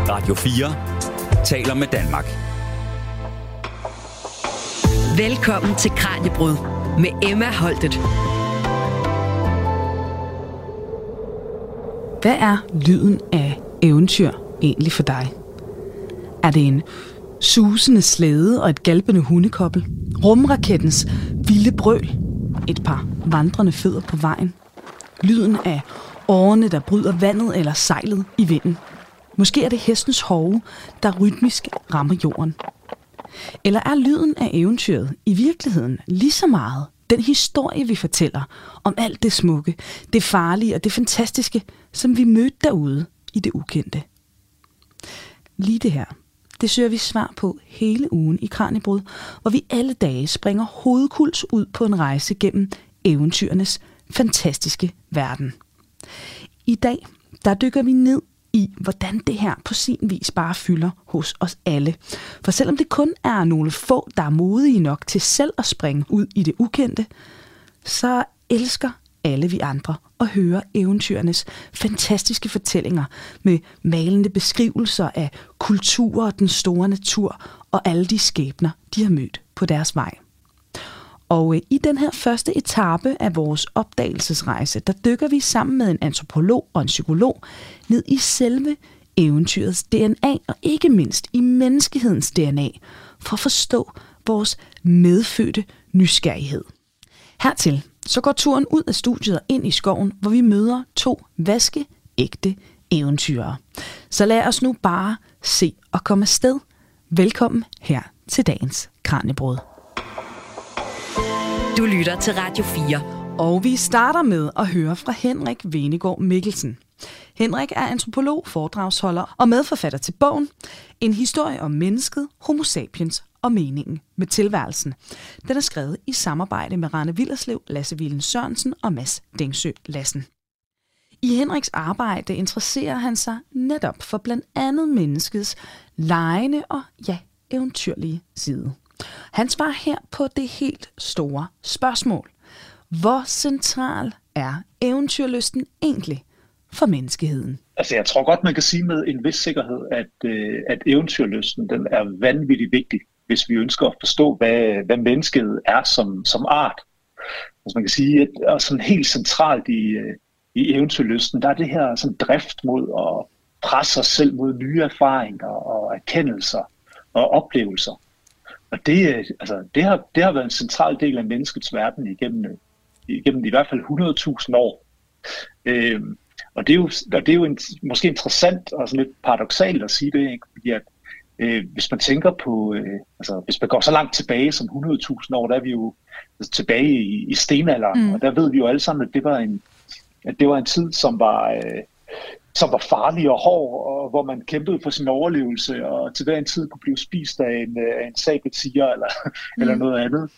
Radio 4 taler med Danmark. Velkommen til Kraniebrud med Emma Holtet. Hvad er lyden af eventyr egentlig for dig? Er det en susende slæde og et galpende hundekobbel? Rumrakettens vilde brøl? Et par vandrende fødder på vejen? Lyden af årene, der bryder vandet eller sejlet i vinden? Måske er det hestens hove, der rytmisk rammer jorden. Eller er lyden af eventyret i virkeligheden lige så meget den historie, vi fortæller om alt det smukke, det farlige og det fantastiske, som vi mødte derude i det ukendte? Lige det her, det søger vi svar på hele ugen i Kraniebrud, hvor vi alle dage springer hovedkuls ud på en rejse gennem eventyrenes fantastiske verden. I dag, der dykker vi ned i, hvordan det her på sin vis bare fylder hos os alle. For selvom det kun er nogle få, der er modige nok til selv at springe ud i det ukendte, så elsker alle vi andre at høre eventyrenes fantastiske fortællinger med malende beskrivelser af kulturer, den store natur og alle de skæbner, de har mødt på deres vej. Og i den her første etape af vores opdagelsesrejse, der dykker vi sammen med en antropolog og en psykolog ned i selve eventyrets DNA, og ikke mindst i menneskehedens DNA, for at forstå vores medfødte nysgerrighed. Hertil så går turen ud af studiet og ind i skoven, hvor vi møder to vaskeægte eventyrere. Så lad os nu bare se og komme afsted. Velkommen her til dagens Kraniebrud. Du lytter til Radio 4. Og vi starter med at høre fra Henrik Venegård Mikkelsen. Henrik er antropolog, foredragsholder og medforfatter til bogen En historie om mennesket, homo sapiens og meningen med tilværelsen. Den er skrevet i samarbejde med Rane Willerslev, Lasse Hvilen Sørensen og Mads Dengsø Lassen. I Henriks arbejde interesserer han sig netop for blandt andet menneskets legende og eventyrlige side. Han svarer her på det helt store spørgsmål. Hvor central er eventyrlysten egentlig for menneskeheden? Altså, jeg tror godt, man kan sige med en vis sikkerhed, at eventyrlysten den er vanvittigt vigtig, hvis vi ønsker at forstå, hvad mennesket er som art. Altså, man kan sige, at sådan helt centralt i eventyrlysten, der er det her sådan drift mod at presse os selv mod nye erfaringer og erkendelser og oplevelser. Og det har været en central del af menneskets verden igennem i hvert fald 100.000 år. Og det er jo måske interessant og sådan lidt paradoksalt at sige det, ikke? Fordi at hvis man tænker på, hvis man går så langt tilbage som 100.000 år, der er vi jo tilbage i stenalderen, og der ved vi jo alle sammen, at det var en tid, som var farlig og hård, og hvor man kæmpede for sin overlevelse, og til hver en tid kunne blive spist af en sabeltiger eller noget andet.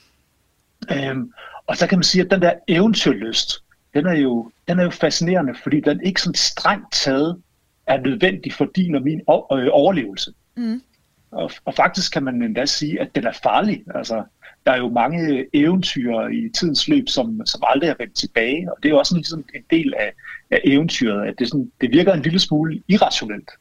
Og så kan man sige, at den der eventyrlyst, den er jo fascinerende, fordi den ikke sådan strengt taget er nødvendig for din og min overlevelse. Og faktisk kan man endda sige, at den er farlig. Altså, der er jo mange eventyr i tidens løb, som aldrig har vendt tilbage, og det er jo også ligesom en del af eventyret, at det virker en lille smule irrationelt.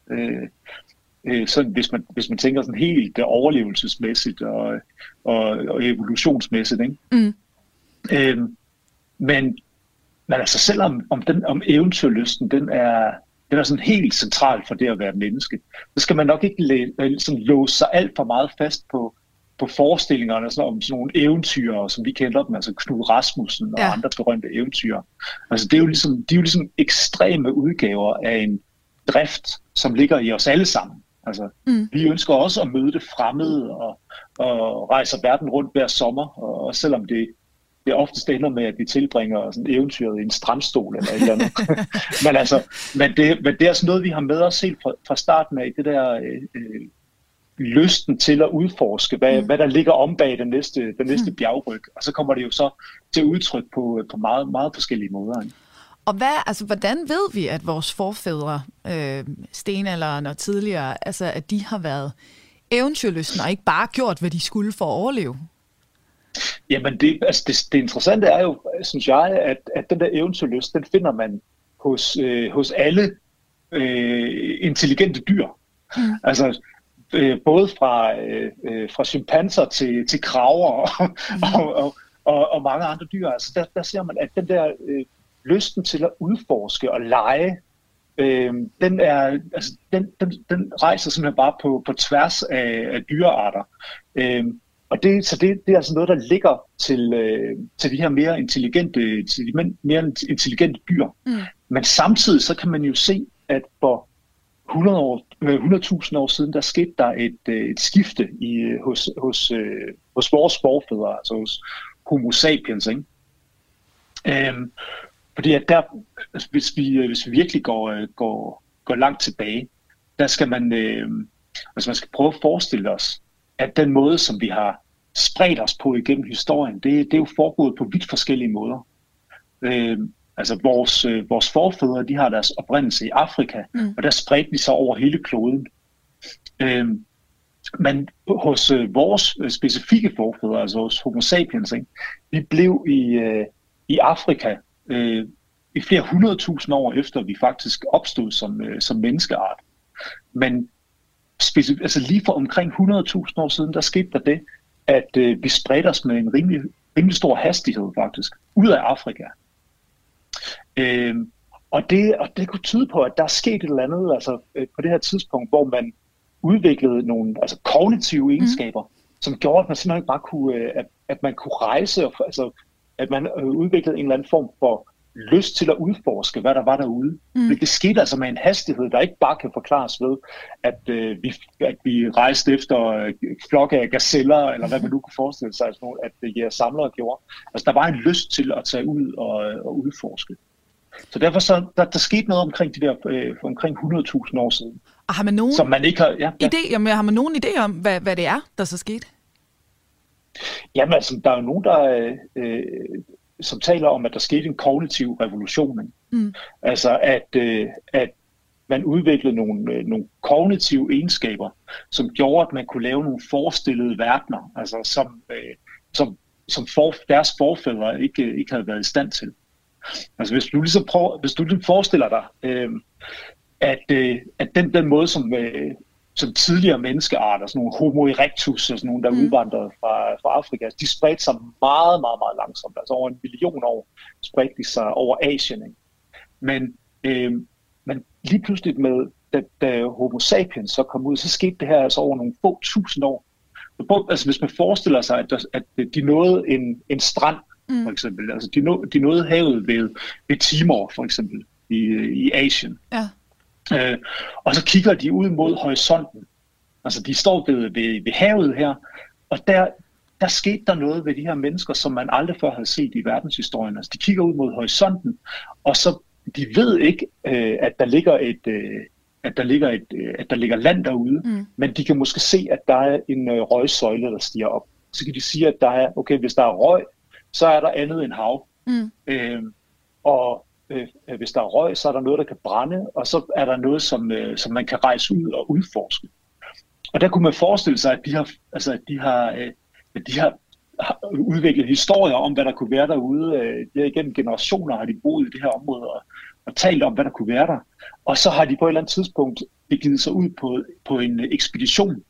Sådan, hvis man tænker sådan helt overlevelsesmæssigt og evolutionsmæssigt, ikke? Men altså selvom om eventyrlysten, den er sådan helt central for det at være menneske, så skal man nok ikke sådan låse sig alt for meget fast på forestillingerne sådan om sådan nogle eventyr, som vi kender dem, altså Knud Rasmussen og andre berømte eventyr. Altså de er jo ligesom ekstreme udgaver af en drift, som ligger i os alle sammen. Altså, vi ønsker også at møde det fremmede og rejse verden rundt hver sommer, og selvom det oftest ender med, at vi tilbringer sådan eventyret i en strandstol eller et eller andet. men det er sådan noget, vi har med os helt fra starten af, det der lysten til at udforske, hvad der ligger om bag den næste bjergryg. Og så kommer det jo så til udtryk på meget, meget forskellige måder. Ikke? Og hvordan ved vi, at vores forfædre, stenalderen og tidligere, altså at de har været eventyrlysten og ikke bare gjort, hvad de skulle for at overleve? Jamen, det interessante er jo, synes jeg, at den der eventyrlyst, den finder man hos alle intelligente dyr. Altså både fra chimpanser til krager og mange andre dyr. Altså der ser man, at den der lysten til at udforske og lege, den rejser simpelthen bare på tværs af dyrearter. Og det er altså noget, der ligger til de her mere intelligente dyr. Men samtidig så kan man jo se, at for 100.000 år siden, der skete der et skifte hos vores forfædre, altså hos Homo sapiens, ikke? Fordi at der, hvis vi virkelig går langt tilbage, der skal man, man skal prøve at forestille os, at den måde, som vi har spredt os på igennem historien, det er jo foregået på vidt forskellige måder. Altså vores forfædre, de har deres oprindelse i Afrika, og der spredte de sig over hele kloden. Men hos vores specifikke forfædre, altså hos Homo sapiens, ikke, vi blev i Afrika i flere 100.000 år efter, vi faktisk opstod som menneskeart. Men altså lige for omkring 100.000 år siden, der skete der det, at vi spredte os med en rimelig stor hastighed faktisk, ud af Afrika. Og det kunne tyde på, at der er sket et eller andet altså, på det her tidspunkt, hvor man udviklede nogle kognitive egenskaber, som gjorde, at man simpelthen bare kunne, at man kunne rejse, altså, at man udviklede en eller anden form for lyst til at udforske, hvad der var derude. Det skete altså med en hastighed, der ikke bare kan forklares ved, at vi rejste efter flokke af gazeller, eller hvad man nu kunne forestille sig, altså, at jægersamlere gjorde. Altså der var en lyst til at tage ud og udforske. Så derfor så, der skete noget omkring de der omkring 100.000 år siden. Og har man nogen som man ikke har, har man nogen idé om, hvad det er, der så skete? Jamen altså, der er jo nogen, der som taler om, at der skete en kognitiv revolution. Altså at man udviklede nogle kognitive egenskaber, som gjorde, at man kunne lave nogle forestillede verdener, altså som deres forfædre ikke havde været i stand til. Altså hvis du ligesom forestiller dig, at den måde, som tidligere menneskearter, sådan nogle Homo erectus, og sådan nogle, der udvandrede fra Afrika, de spredte sig meget, meget, meget langsomt. Altså over 1 million år spredte de sig over Asien. Ikke? Men lige pludselig med, da Homo sapiens så kom ud, så skete det her altså over nogle få tusind år. Altså hvis man forestiller sig, at de nåede en strand, for eksempel. Altså de nåede havet ved Timor, for eksempel, i Asien. Ja. Og så kigger de ud mod horisonten. Altså de står ved havet her, og der skete der noget ved de her mennesker, som man aldrig før havde set i verdenshistorien. Altså de kigger ud mod horisonten, og så de ved ikke, at der ligger land derude, men de kan måske se, at der er en røgsøjle, der stiger op. Så kan de sige, at der er, okay, hvis der er røg, så er der andet end hav. Hvis der er røg, så er der noget, der kan brænde, og så er der noget, som man kan rejse ud og udforske. Og der kunne man forestille sig, at de har udviklet historier om, hvad der kunne være derude. Igennem generationer har de boet i det her område og talt om, hvad der kunne være der. Og så har de på et eller andet tidspunkt begivet sig ud på en ekspedition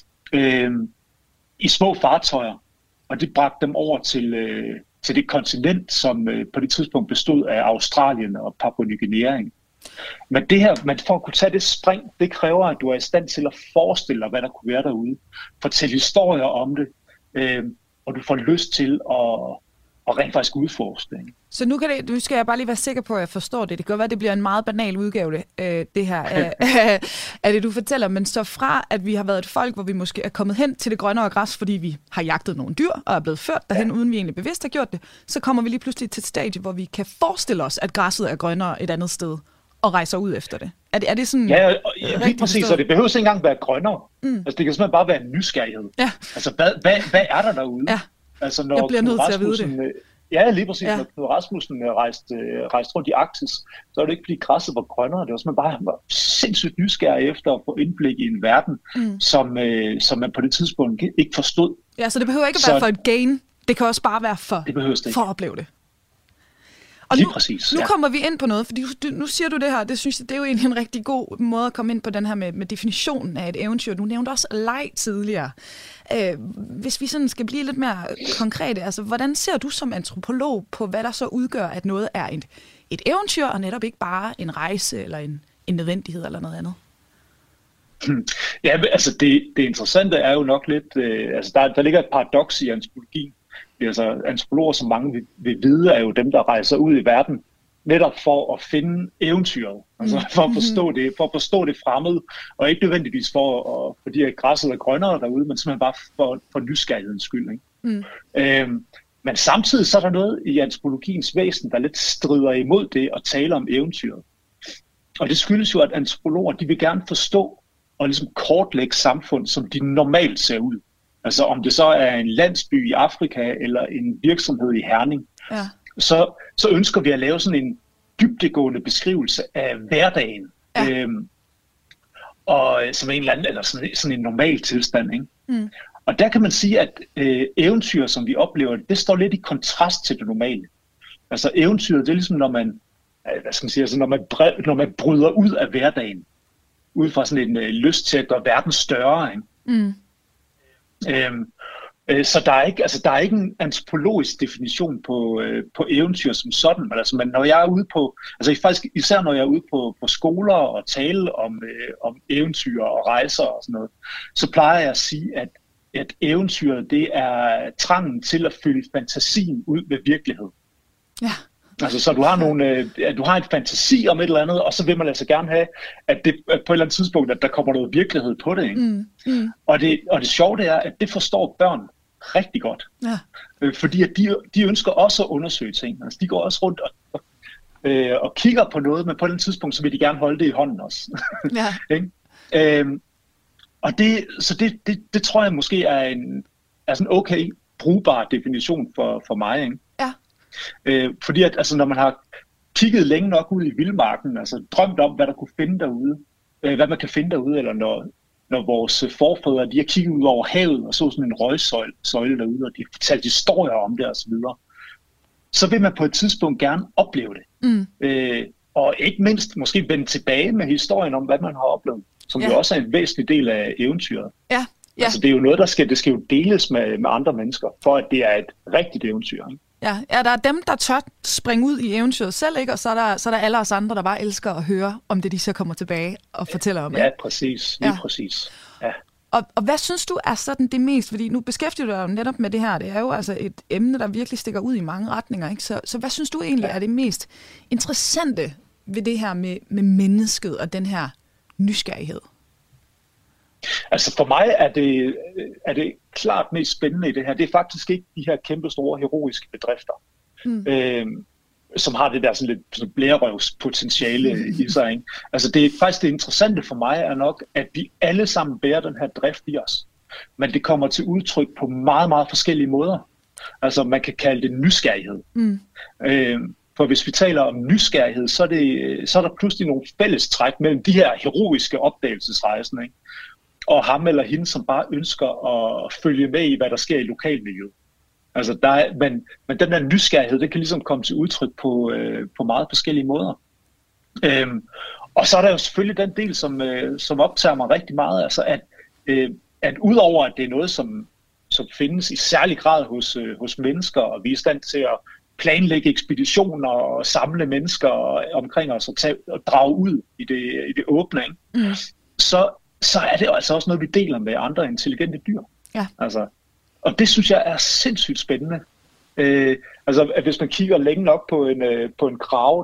i små fartøjer, og det bragte dem over til det kontinent, som på det tidspunkt bestod af Australien og Papua Ny Guinea. Men for at kunne tage det spring, det kræver, at du er i stand til at forestille dig, hvad der kunne være derude. Fortælle historier om det, og du får lyst til at rent faktisk udforske det. Så nu skal jeg bare lige være sikker på, at jeg forstår det. Det kan godt være, at det bliver en meget banal udgave, det her, af det, du fortæller. Men så fra, at vi har været et folk, hvor vi måske er kommet hen til det grønnere græs, fordi vi har jagtet nogle dyr og er blevet ført derhen, uden vi egentlig bevidst har gjort det, så kommer vi lige pludselig til et stadie, hvor vi kan forestille os, at græsset er grønnere et andet sted, og rejser ud efter det. Er det sådan... Ja, lige præcis, så det behøver ikke engang være grønnere. Altså, det kan simpelthen bare være en nysgerrighed. Ja. Altså, hvad er der derude? Ja. Altså, når jeg bliver nødt til at vide det. Ja, lige præcis. Ja. Når Knud Rasmussen rejste rundt i Arktis, så er det ikke, fordi græsset var grønnere. Det var simpelthen bare, han var sindssygt nysgerrig efter at få indblik i en verden, som man på det tidspunkt ikke forstod. Ja, så det behøver ikke at være for et gain. Det kan også bare være for at opleve det. Og lige præcis. Nu kommer vi ind på noget, fordi nu siger du det her, det synes jeg, det er jo egentlig en rigtig god måde at komme ind på den her med definitionen af et eventyr. Du nævnte også leg tidligere. Hvis vi sådan skal blive lidt mere konkrete, altså hvordan ser du som antropolog på, hvad der så udgør, at noget er et eventyr, og netop ikke bare en rejse eller en nødvendighed eller noget andet? Ja, altså det interessante er jo nok lidt, altså der ligger et paradoks i antropologien. Altså antropologer, som mange vil vide, er jo dem, der rejser ud i verden, netop for at finde eventyret, altså for at forstå det fremmede, og ikke nødvendigvis fordi at græsset er grønnere derude, men simpelthen bare for nysgerrighedens skyld. Ikke? Men samtidig så er der noget i antropologiens væsen, der lidt strider imod det at tale om eventyret. Og det skyldes jo, at antropologer, de vil gerne forstå og ligesom kortlægge samfund, som de normalt ser ud. Altså om det så er en landsby i Afrika eller en virksomhed i Herning, så ønsker vi at lave sådan en dybdegående beskrivelse af hverdagen, og som en eller anden, eller sådan en normal tilstand. Ikke? Og der kan man sige, at eventyr, som vi oplever, det står lidt i kontrast til det normale. Altså eventyret, det er ligesom når man, altså når man bryder ud af hverdagen, ud fra sådan en lyst til at gøre verden større. Ikke? Så der er ikke en antropologisk definition på eventyr som sådan, men når jeg er ude på, altså faktisk især når jeg er ude på skoler og tale om eventyr og rejser og sådan noget, så plejer jeg at sige, at eventyret, det er trangen til at fylde fantasien ud med virkelighed. Ja. Altså, så du har en fantasi om et eller andet, og så vil man altså gerne have, at det på et eller andet tidspunkt, at der kommer noget virkelighed på det. Ikke? Og det sjove det er, at det forstår børn rigtig godt. Ja. Fordi at de ønsker også at undersøge ting. Altså, de går også rundt og kigger på noget, men på et eller andet tidspunkt, så vil de gerne holde det i hånden også. Ja. Ikke? Og det tror jeg måske er sådan en okay brugbar definition for mig. Ikke? Ja. Fordi at altså, når man har kigget længe nok ud i vildmarken, altså drømt om, hvad der kunne finde derude, hvad man kan finde derude, eller når vores forfædre, de har kigget ud over havet og så sådan en røgsøjle derude, og de har fortalt historier om det osv., så vil man på et tidspunkt gerne opleve det. Og ikke mindst måske vende tilbage med historien om, hvad man har oplevet, som jo også er en væsentlig del af eventyret. Ja. Ja. Altså det er jo noget, det skal jo deles med andre mennesker, for at det er et rigtigt eventyr. Ikke? Ja, der er dem, der tør springe ud i eventyret selv, ikke? Og så er der alle os andre, der bare elsker at høre om det, de så kommer tilbage og fortæller om. Ikke? Ja, præcis. Lige præcis. Ja. Og hvad synes du er sådan det mest? Fordi nu beskæftiger du dig jo netop med det her. Det er jo altså et emne, der virkelig stikker ud i mange retninger. Ikke? Så hvad synes du egentlig er det mest interessante ved det her med mennesket og den her nysgerrighed? Altså for mig er det klart mest spændende i det her. Det er faktisk ikke de her kæmpe store heroiske bedrifter, som har det der sådan lidt blærerøvspotentiale i sig. Ikke? Altså det interessante for mig er nok, at vi alle sammen bærer den her drift i os. Men det kommer til udtryk på meget, meget forskellige måder. Altså man kan kalde det nysgerrighed. For hvis vi taler om nysgerrighed, så er der pludselig nogle fællestræk mellem de her heroiske opdagelsesrejsende, ikke? Og ham eller hende, som bare ønsker at følge med i, hvad der sker i lokalmiljøet. Altså men den der nysgerrighed, det kan ligesom komme til udtryk på meget forskellige måder. Og så er der jo selvfølgelig den del, som optager mig rigtig meget, altså at udover at det er noget, som findes i særlig grad hos mennesker, og vi er i stand til at planlægge ekspeditioner og samle mennesker omkring os og drage ud i det åbne, så er det altså også noget, vi deler med andre intelligente dyr. Ja. Altså, og det synes jeg er sindssygt spændende. Altså, at hvis man kigger længe nok på en krage,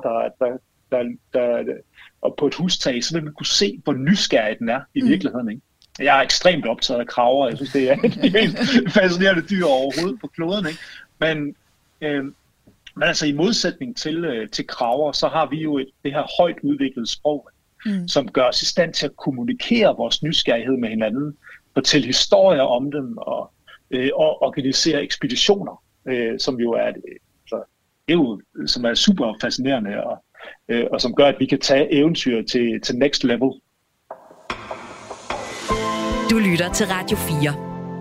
der og på et hustag, så vil man kunne se, hvor nysgerrig den er i virkeligheden. Ikke? Jeg er ekstremt optaget af krager. Jeg synes, det er de mest fascinerende dyr overhovedet på kloden. Ikke? Men altså i modsætning til krager, så har vi jo det her højt udviklede sprog, som gør os i stand til at kommunikere vores nysgerrighed med hinanden, fortælle historier om dem og organisere ekspeditioner, som jo som er super fascinerende og som gør, at vi kan tage eventyr til next level. Du lytter til Radio 4.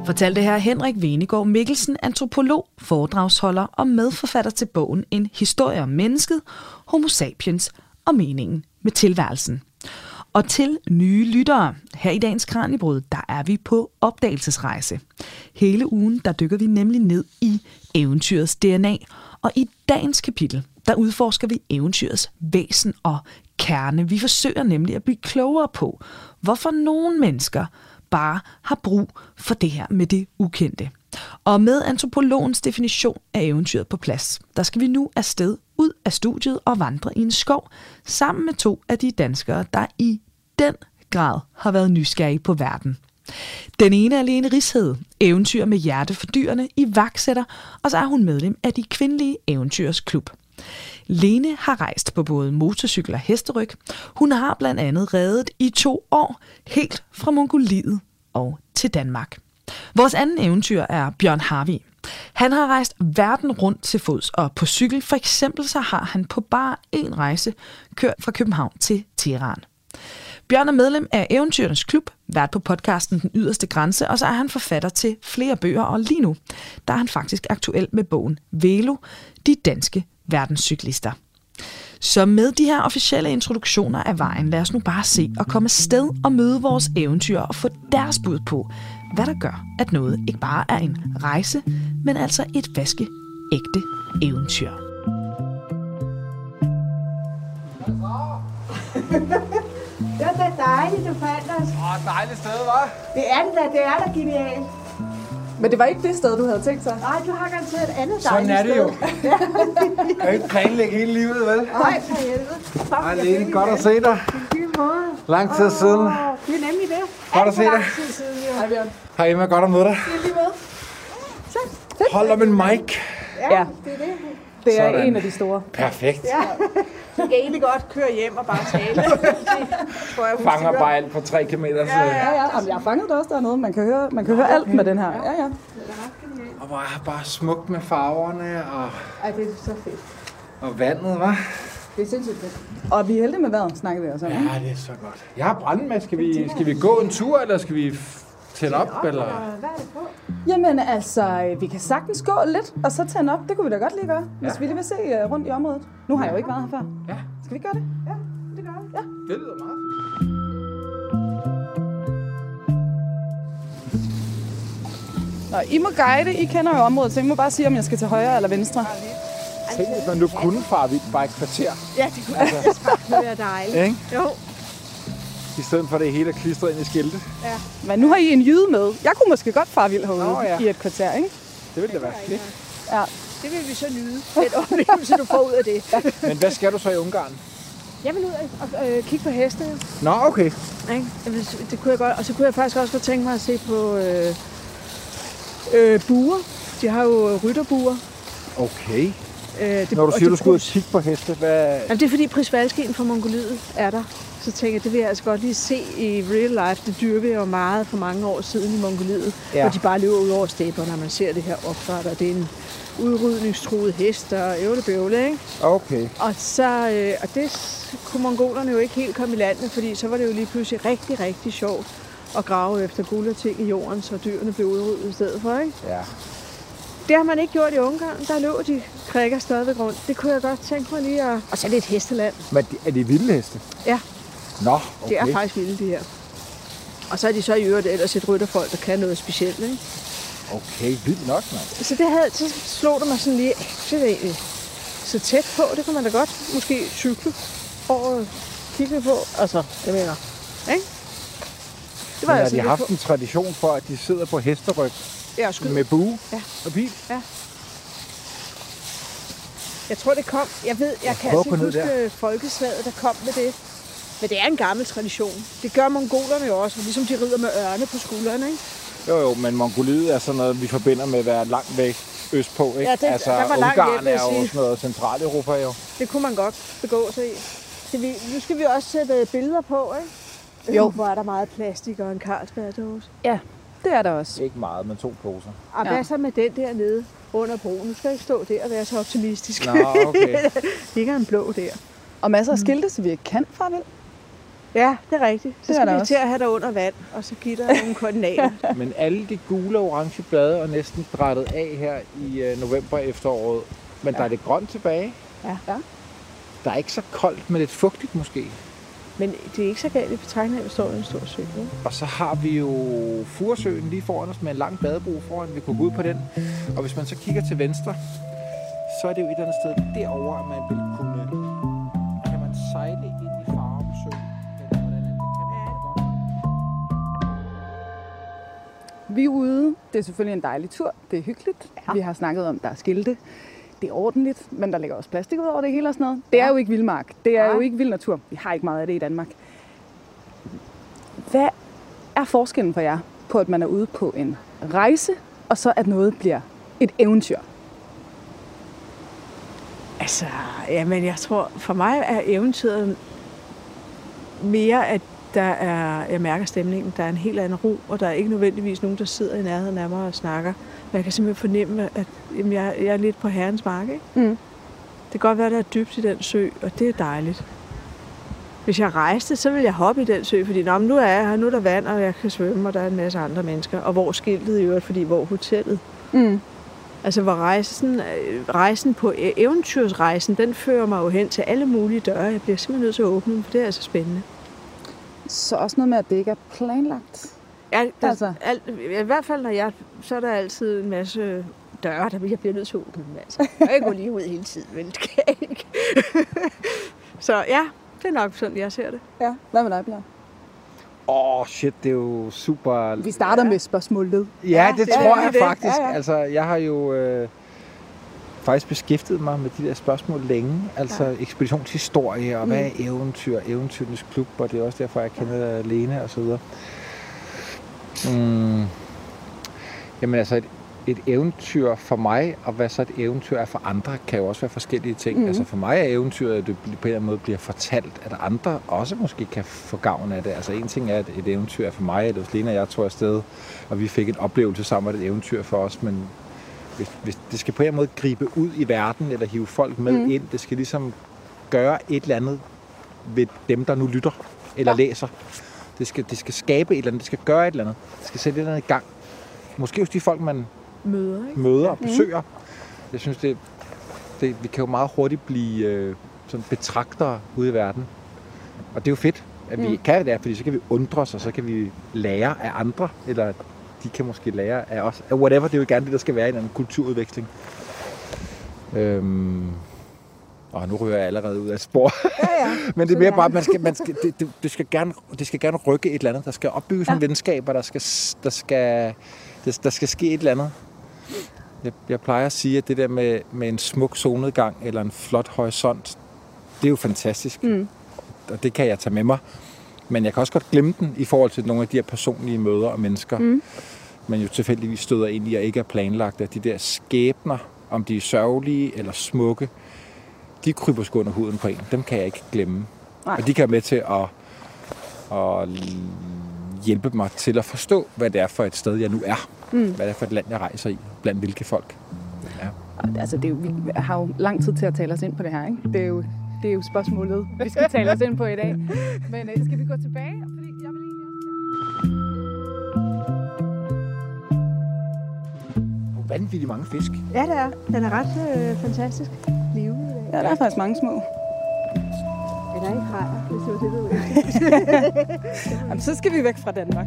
Fortalte her Henrik Venegård Mikkelsen, antropolog, foredragsholder og medforfatter til bogen En historie om mennesket, Homo sapiens og meningen med tilværelsen. Og til nye lyttere, her i dagens Kraniebrud, der er vi på opdagelsesrejse. Hele ugen, der dykker vi nemlig ned i eventyrets DNA, og i dagens kapitel, der udforsker vi eventyrets væsen og kerne. Vi forsøger nemlig at blive klogere på, hvorfor nogle mennesker bare har brug for det her med det ukendte. Og med antropologens definition af eventyret på plads, der skal vi nu afsted ud af studiet og vandre i en skov sammen med 2 af de danskere, der i den grad har været nysgerrige på verden. Den ene er Lene Ridshed, eventyr med hjerte for dyrene, iværksætter, og så er hun medlem af de kvindelige eventyrs klub. Lene har rejst på både motorcykel og hesteryg. Hun har blandt andet reddet i 2 år, helt fra Mongoliet og til Danmark. Vores anden eventyr er Bjørn Harvig. Han har rejst verden rundt til fods og på cykel. For eksempel så har han på bare en rejse kørt fra København til Teheran. Bjørn er medlem af Eventyrernes Klub, vært på podcasten Den Yderste Grænse, og så er han forfatter til flere bøger, og lige nu der er han faktisk aktuel med bogen Velo, de danske verdenscyklister. Så med de her officielle introduktioner af vejen, lad os nu bare se og komme afsted og møde vores eventyr og få deres bud på, hvad der gør, at noget ikke bare er en rejse, men altså et vaskeægte eventyr. Det var da dejligt, du fandt os. Dejligt sted, hva'? Det er da genialt. Men det var ikke det sted, du havde tænkt sig? Nej, du har garanteret et andet Sådan dejligt er det jo. Kan ikke planlægge hele livet, vel? Nej, for helvede. Hej Lene, godt at se dig. I lige måde. Lang tid siden. Det er nemlig det. Godt at se dig. Lang tid siden, jo. Hej Bjørn. Hej Emma, godt at møde dig. I lige måde. Så. Hold op en mic. Ja, det er det. Det er Sådan. en af de store. Perfekt. Ja. Du kan egentlig godt køre hjem og bare tale. Fanger bare alt på 3 kilometer. Ja. Jamen, jeg har fanget det også dernede. Man kan høre alt med den her. Ja. Og hvor er bare smukt med farverne og, Ej, det er så fedt. og vandet, hva'? Det er sindssygt fedt. Og vi er heldige med vejret, snakker vi også om. Ja, det er så godt. Jeg har brændt med. Skal vi gå en tur, eller skal vi tænde op? Eller? Hvad er det på? Jamen altså, vi kan sagtens gå lidt, og så tænde op. Det kunne vi da godt lige gøre, hvis vi lige vil se rundt i området. Nu har jeg jo ikke været her før. Ja. Skal vi gøre det? Ja, det gør vi. Det lyder meget. Nå, I må guide. I kender jo området, så I må bare sige, om jeg skal til højre eller venstre. Tænk, hvis man nu kunne fare vildt bare et kvarter. Ja, det kunne være dejligt. Ikke? Jo. I stedet for det hele er klistret ind i skiltet. Ja. Men nu har I en jyde med. Jeg kunne måske godt fare vild herude ja. i et kvarter, ikke? Det ville da være fedt. Ja. Det vil vi så nyde. Den oplevelse, du får ud af det. Men hvad skal du så i Ungarn? Jeg vil ud og kigge på heste. Nå, okay. Ikke? Det kunne jeg godt. Og så kunne jeg faktisk også godt tænke mig at se på buer. De har jo rytterbuer. Okay. Når du siger, du skulle ud og kigge på heste, hvad... Jamen, det er fordi prisvalskien fra Mongoliet er der. Så tænker jeg, det vil jeg altså godt lige se i real life. Det dyrkede jeg jo meget for mange år siden i Mongoliet. Ja. Hvor de bare løber ud over stepperne, når man ser det her opfart. Og det er en udrydningstruet hest og ævlebøvle, ikke? Okay. Og det kunne mongolerne jo ikke helt komme i landet, fordi så var det jo lige pludselig rigtig, rigtig sjovt at grave efter guld og ting i jorden, så dyrene blev udryddet i stedet for, ikke? Ja. Det har man ikke gjort i Ungarn. Der løber de krikker stadigvæk rundt. Det kunne jeg godt tænke mig lige at... Og så er det et hesteland. Men er det vilde heste? Ja. Nå, okay. Det er faktisk vilde, de her. Og så er de så i øvrigt ellers et rytterfolk, der kan noget specielt, ikke? Okay, vildt nok, mand. Så slog det mig sådan lige, det er egentlig så tæt på, det kan man da godt måske cykle over og kigge på. Altså, det mener ikke? Det var men har altså de haft en tradition for, at de sidder på hesteryg med bue og pil? Ja. Jeg tror, det kom. Jeg kan altså ikke huske folkeslaget, der kom med det. Men det er en gammel tradition. Det gør mongolerne jo også, ligesom de rider med ørne på skuldrene, ikke? Jo, men Mongoliet er sådan noget, vi forbinder med at være langt væk østpå, ikke? Ja, det, altså, der var langt Ungarn hjem, er jo sådan noget Centraleuropa, jo. Det kunne man godt begå sig i. Nu skal vi også sætte billeder på, ikke? Jo. Hvor er der meget plastik og en Carlsberg-dåse. Ja, det er der også. Ikke meget, men 2 poser. Og hvad så med den der nede under broen? Nu skal jeg ikke stå der og være så optimistisk. Nå, okay. Ligger en blå der. Og masser af skilte, så vi ikke kan fare vild. Ja, det er rigtigt. Så Det er skal der vi også. til at have dig under vand, og så give dig nogle koordinater. Men alle de gule og orange blade er næsten drættet af her i november efteråret. Men der er lidt grønt tilbage. Ja. Der er ikke så koldt, men lidt fugtigt måske. Men det er ikke så galt i betragtning af, at vi står i en stor sø. Ikke? Og så har vi jo Furesøen lige foran os med en lang badebro foran. Vi kunne gå ud på den. Og hvis man så kigger til venstre, så er det jo et eller andet sted derovre, at man vil kunne... Kan man sejle ind i Farum Sø? Eller hvordan er det? Kan man godt? Vi er ude. Det er selvfølgelig en dejlig tur. Det er hyggeligt. Ja. Vi har snakket om, der er skilte. Det er ordentligt, men der ligger også plastik ud over det hele og sådan noget. Det er jo ikke vildmark. Det er jo ikke vild natur. Vi har ikke meget af det i Danmark. Hvad er forskellen for jer på, at man er ude på en rejse, og så at noget bliver et eventyr? Altså, jamen jeg tror, for mig er eventyret mere, at jeg mærker stemningen. Der er en helt anden ro, og der er ikke nødvendigvis nogen, der sidder i nærheden af mig og snakker. Men jeg kan simpelthen fornemme, at jeg er lidt på herrens mark. Ikke? Mm. Det kan godt være, der er dybt i den sø, og det er dejligt. Hvis jeg rejste, så ville jeg hoppe i den sø, fordi nu er jeg her, nu er der vand, og jeg kan svømme, og der er en masse andre mennesker. Og hvor skiltet i øvrigt, fordi hvor hotellet. Mm. Altså, hvor rejsen på eventyrsrejsen, den fører mig jo hen til alle mulige døre. Jeg bliver simpelthen nødt til at åbne dem, for det er altså spændende. Så også noget med, at det ikke er planlagt. Ja, Altså. I hvert fald, så er der altid en masse døre, der jeg bliver nødt til at åbne dem. Altså. Jeg kan ikke gå lige ud hele tiden, men det kan jeg ikke. Så ja, det er nok sådan, jeg ser det. Ja. Hvad med dig, Bjørn? Shit, det er jo super... Vi starter med spørgsmålet. Ja, det tror jeg det. faktisk. Ja. Altså, jeg har jo faktisk beskæftiget mig med de der spørgsmål længe. Altså ekspeditionshistorie, og hvad er eventyr, eventyrens klub, og det er også derfor, jeg kender Lene og så videre. Jamen altså, et eventyr for mig, og hvad så et eventyr er for andre, kan jo også være forskellige ting. Altså for mig er eventyret, at det på en eller anden måde bliver fortalt, at andre også måske kan få gavn af det. Altså en ting er, at et eventyr er for mig, eller hvis Lene og jeg tog afsted, og vi fik en oplevelse sammen, at et eventyr for os, men hvis det skal på en eller anden måde gribe ud i verden, eller hive folk med ind, det skal ligesom gøre et eller andet ved dem, der nu lytter, eller læser. Det skal skabe et eller andet, det skal gøre et eller andet, det skal sætte et eller andet i gang. Måske hos de folk, man møder og besøger. Jeg synes, vi kan jo meget hurtigt blive sådan betragtere ude i verden. Og det er jo fedt, at vi kan det, fordi så kan vi undre os, og så kan vi lære af andre, eller de kan måske lære af os. Whatever, det er jo gerne det, der skal være en anden kulturudveksling. Og nu ryger jeg allerede ud af spor. Ja. Men det er mere bare, at det skal gerne rykke et eller andet. Der skal opbygges nogle venskaber, der skal ske et eller andet. Jeg plejer at sige, at det der med en smuk solnedgang eller en flot horisont, det er jo fantastisk. Og det kan jeg tage med mig. Men jeg kan også godt glemme den i forhold til nogle af de her personlige møder og mennesker. Men jo tilfældigvis støder ind i, og ikke er planlagt, at de der skæbner, om de er sørgelige eller smukke, de kryber sgu under huden på en. Dem kan jeg ikke glemme. Nej. Og de kan være med til at hjælpe mig til at forstå, hvad det er for et sted, jeg nu er. Hvad det er for et land, jeg rejser i, blandt hvilke folk. Ja. Altså, vi har jo lang tid til at tale os ind på det her, ikke? Det er jo spørgsmålet, vi skal tale os ind på i dag. Men skal vi gå tilbage? Fordi jeg vil egentlig også... Vanvittigt mange fisk. Ja, det er. Den er ret fantastisk. Levende. Ja, der er faktisk mange små. Eller ikke hajer, hvis det var det, du Jamen, så skal vi væk fra Danmark.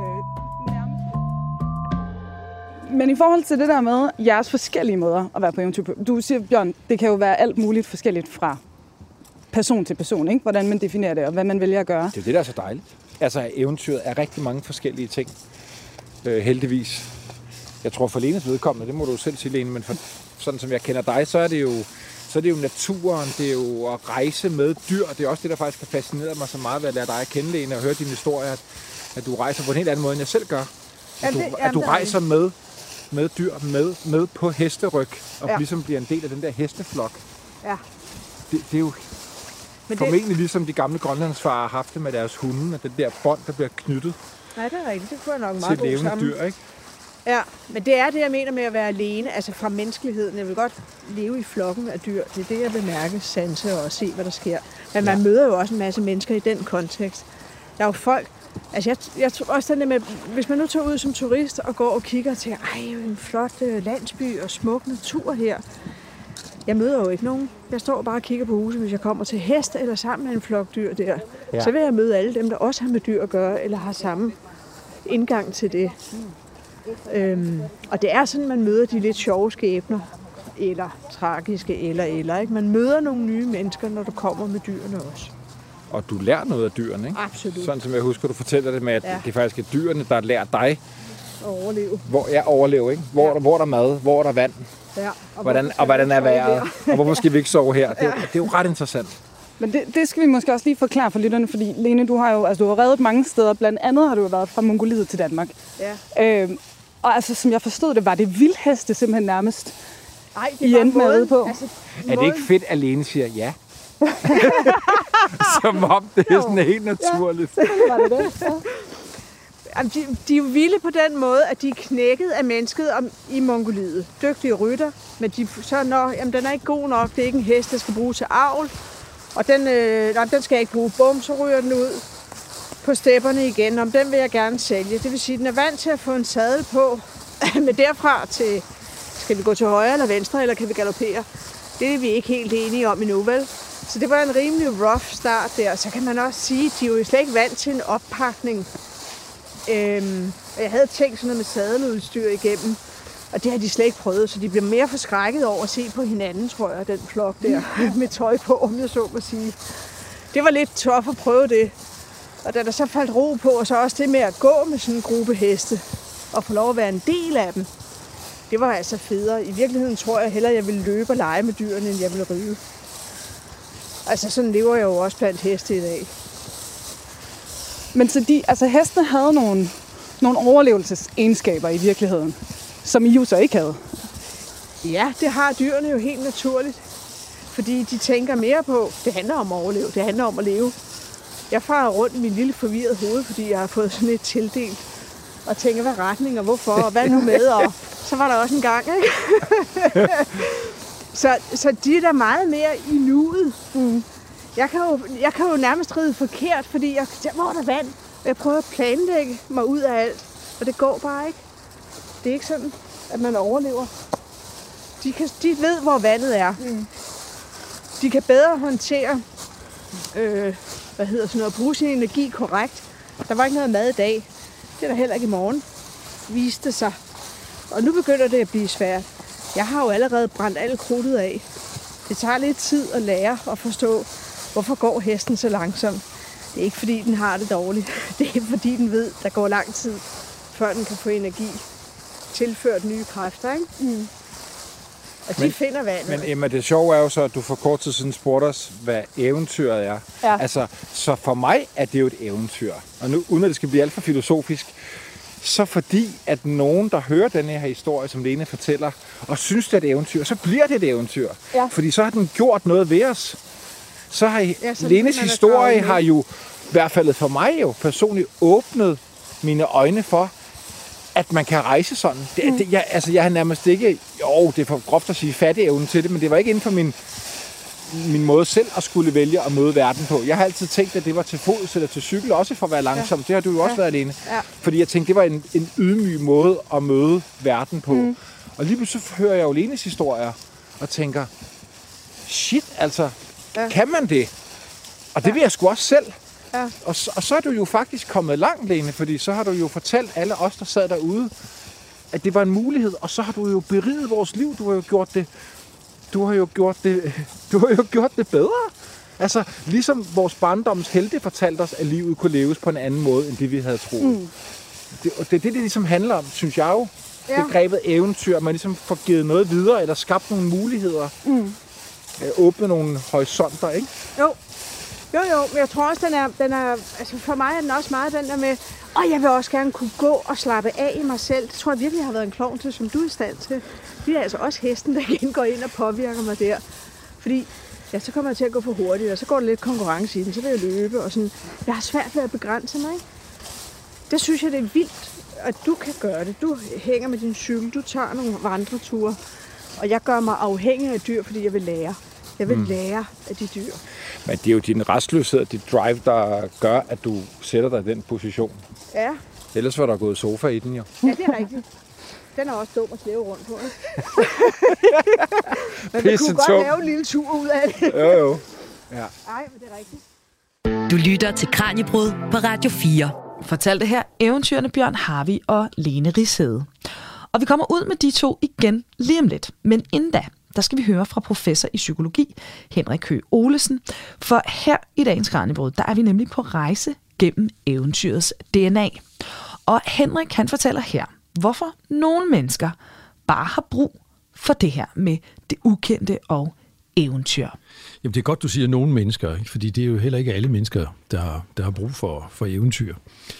Men i forhold til det der med jeres forskellige måder at være på eventyr på. Du siger, Bjørn, det kan jo være alt muligt forskelligt fra person til person, ikke? Hvordan man definerer det, og hvad man vælger at gøre. Det er det, der er så dejligt. Altså, eventyret er rigtig mange forskellige ting. Heldigvis. Jeg tror for Lenes vedkommende, det må du selv sige, Lene, men for, sådan som jeg kender dig, så er det jo naturen, det er jo at rejse med dyr. Det er også det, der faktisk har fascineret mig så meget ved at lære dig at kende, Lene, og høre dine historier, at du rejser på en helt anden måde, end jeg selv gør. At du rejser med dyr, med på hesteryg, og ligesom bliver en del af den der hesteflok. Ja. Det er jo formentlig ligesom de gamle grønlandsfarer har haft det med deres hunde, at den der bånd, der bliver knyttet. Nej, det er rigtigt. Det kunne jeg nok meget godt sammen. Til levende dyr, ikke? Ja, men det er det, jeg mener med at være alene, altså fra menneskeligheden. Jeg vil godt leve i flokken af dyr. Det er det, jeg vil mærke, sanse og se, hvad der sker. Men man møder jo også en masse mennesker i den kontekst. Der er jo folk, altså jeg tror også den der med, hvis man nu tager ud som turist og går og kigger og tænker, ej, en flot landsby og smuk natur her. Jeg møder jo ikke nogen. Jeg står bare og kigger på huset, hvis jeg kommer til hest eller sammen med en flok dyr der. Ja. Så vil jeg møde alle dem, der også har med dyr at gøre, eller har samme indgang til det. Og det er sådan, man møder de lidt sjove skæbner, eller tragiske, eller ikke. Man møder nogle nye mennesker, når du kommer med dyrene også. Og du lærer noget af dyrene, ikke? Absolut. Sådan som jeg husker, du fortæller det med, at det faktisk er dyrene, der lærer dig at overleve. Hvor jeg overlever, ikke? Hvor er der mad? Hvor er der vand? Ja, hvordan er vejret? Og hvorfor skal vi ikke sove her? Det er jo ret interessant. Men det skal vi måske også lige forklare for lytterne, fordi Lene, du har reddet mange steder. Blandt andet har du været fra Mongoliet til Danmark. Ja. Og altså, som jeg forstod det, var det vildheste simpelthen nærmest. Nej, det var måden. På. Altså, er det ikke fedt, at Lene siger ja? Som om det er sådan helt naturligt. Ja, var det det? Ja. De er jo vilde på den måde, at de er knækket af mennesket i Mongoliet. Dygtige rytter, men den er ikke god nok. Det er ikke en hest, der skal bruges til avl. Og den skal jeg ikke bruge. Bum, så ryger den ud på stepperne igen. Om den vil jeg gerne sælge. Det vil sige, at den er vant til at få en sadel på. Men derfra til, skal vi gå til højre eller venstre, eller kan vi galoppere? Det er vi ikke helt enige om endnu, vel? Så det var en rimelig rough start der. Så kan man også sige, at de er jo slet ikke vant til en oppakning. Jeg havde tænkt sådan noget med sadeludstyr igennem, og det har de slet ikke prøvet, så de bliver mere forskrækket over at se på hinanden, tror jeg, den flok der, med tøj på, om jeg så må sige. Det var lidt tough at prøve det. Og da der så faldt ro på, og så også det med at gå med sådan en gruppe heste, og få lov at være en del af dem, det var altså federe. I virkeligheden tror jeg hellere, jeg ville løbe og lege med dyrene, end jeg ville ride. Altså sådan lever jeg jo også blandt heste i dag. Men så hestene havde nogle overlevelsesegenskaber i virkeligheden, som I jo så ikke havde. Ja, det har dyrene jo helt naturligt. Fordi de tænker mere på, det handler om at overleve, det handler om at leve. Jeg farer rundt i min lille forvirrede hoved, fordi jeg har fået sådan et tildelt. Og tænker, hvad retning og hvorfor, og hvad nu med, og så var der også en gang, ikke? så de er der meget mere i nuet. Mm. Jeg kan jo nærmest ride forkert, fordi hvor er der vand? Og jeg prøver at planlægge mig ud af alt, og det går bare ikke. Det er ikke sådan, at man overlever. De ved, hvor vandet er. Mm. De kan bedre håndtere, bruge sin energi korrekt. Der var ikke noget mad i dag. Det er der heller ikke i morgen, viste sig. Og nu begynder det at blive svært. Jeg har jo allerede brændt alt krudtet af. Det tager lidt tid at lære og forstå, hvorfor går hesten så langsomt. Det er ikke fordi, den har det dårligt. Det er fordi, den ved, der går lang tid, før den kan få energi. Tilført nye kræfter, ikke? Mm. Og de finder vandet. Men Emma, det sjove er jo så, at du for kort tid siden spurgte os, hvad eventyret er. Ja. Altså, så for mig er det jo et eventyr. Og nu, uden at det skal blive alt for filosofisk, så fordi, at nogen, der hører den her historie, som Lene fortæller, og synes, det er et eventyr, så bliver det et eventyr. Ja. Fordi så har den gjort noget ved os. Så har Lenes historie har jo, i hvert fald for mig jo, personligt åbnet mine øjne for, at man kan rejse sådan. Jeg har nærmest ikke, det er for groft at sige fatteevnen til det, men det var ikke inden for min måde selv at skulle vælge at møde verden på. Jeg har altid tænkt, at det var til fods eller til cykel, også for at være langsom. Det har du jo også været alene. Ja. Fordi jeg tænkte, det var en ydmyg måde at møde verden på. Mm. Og lige pludselig hører jeg jo Lenes historier og tænker, shit, altså, kan man det? Og det vil jeg sgu også selv. Ja. Og så er du jo faktisk kommet langt, Lene, fordi så har du jo fortalt alle os, der sad derude, at det var en mulighed, og så har du jo beriget vores liv. Du har jo gjort det bedre. Altså, ligesom vores barndoms helte fortalte os, at livet kunne leves på en anden måde, end det vi havde troet. Mm. Det ligesom handler om, synes jeg jo. Ja. Begrebet eventyr, man ligesom får givet noget videre, eller skabt nogle muligheder. Mm. Åbne nogle horisonter, ikke? Jo, men jeg tror også, den er altså for mig er den også meget den der med, jeg vil også gerne kunne gå og slappe af i mig selv. Det tror jeg virkelig har været en klovn til, som du er i stand til. Det er altså også hesten, der igen går ind og påvirker mig der. Fordi, så kommer jeg til at gå for hurtigt, og så går der lidt konkurrence i den, så vil jeg løbe, og sådan. Jeg har svært ved at begrænse mig, ikke? Det synes jeg, det er vildt, at du kan gøre det. Du hænger med din cykel, du tager nogle vandreture, og jeg gør mig afhængig af dyr, fordi jeg vil lære. Jeg vil lære af de dyr. Men det er jo din restløshed, dit drive, der gør, at du sætter dig i den position. Ja. Ellers var der gået sofa i den, jo. Ja, det er rigtigt. Den er også dum at slæve rundt på. Men vi kunne godt lave en lille tur ud af det. Jo. Ja. Nej, men det er rigtigt. Du lytter til Kraniebrud på Radio 4. Fortalte her eventyrene Bjørn Harvig og Lene Rishede. Og vi kommer ud med de to igen lige om lidt. Men inden da, der skal vi høre fra professor i psykologi, Henrik Høgh Olesen. For her i dagens Kraniebrud, der er vi nemlig på rejse gennem eventyrets DNA. Og Henrik, han fortæller her, hvorfor nogle mennesker bare har brug for det her med det ukendte og eventyr. Jamen det er godt, du siger nogle mennesker, ikke? Fordi det er jo heller ikke alle mennesker, der har brug for eventyr.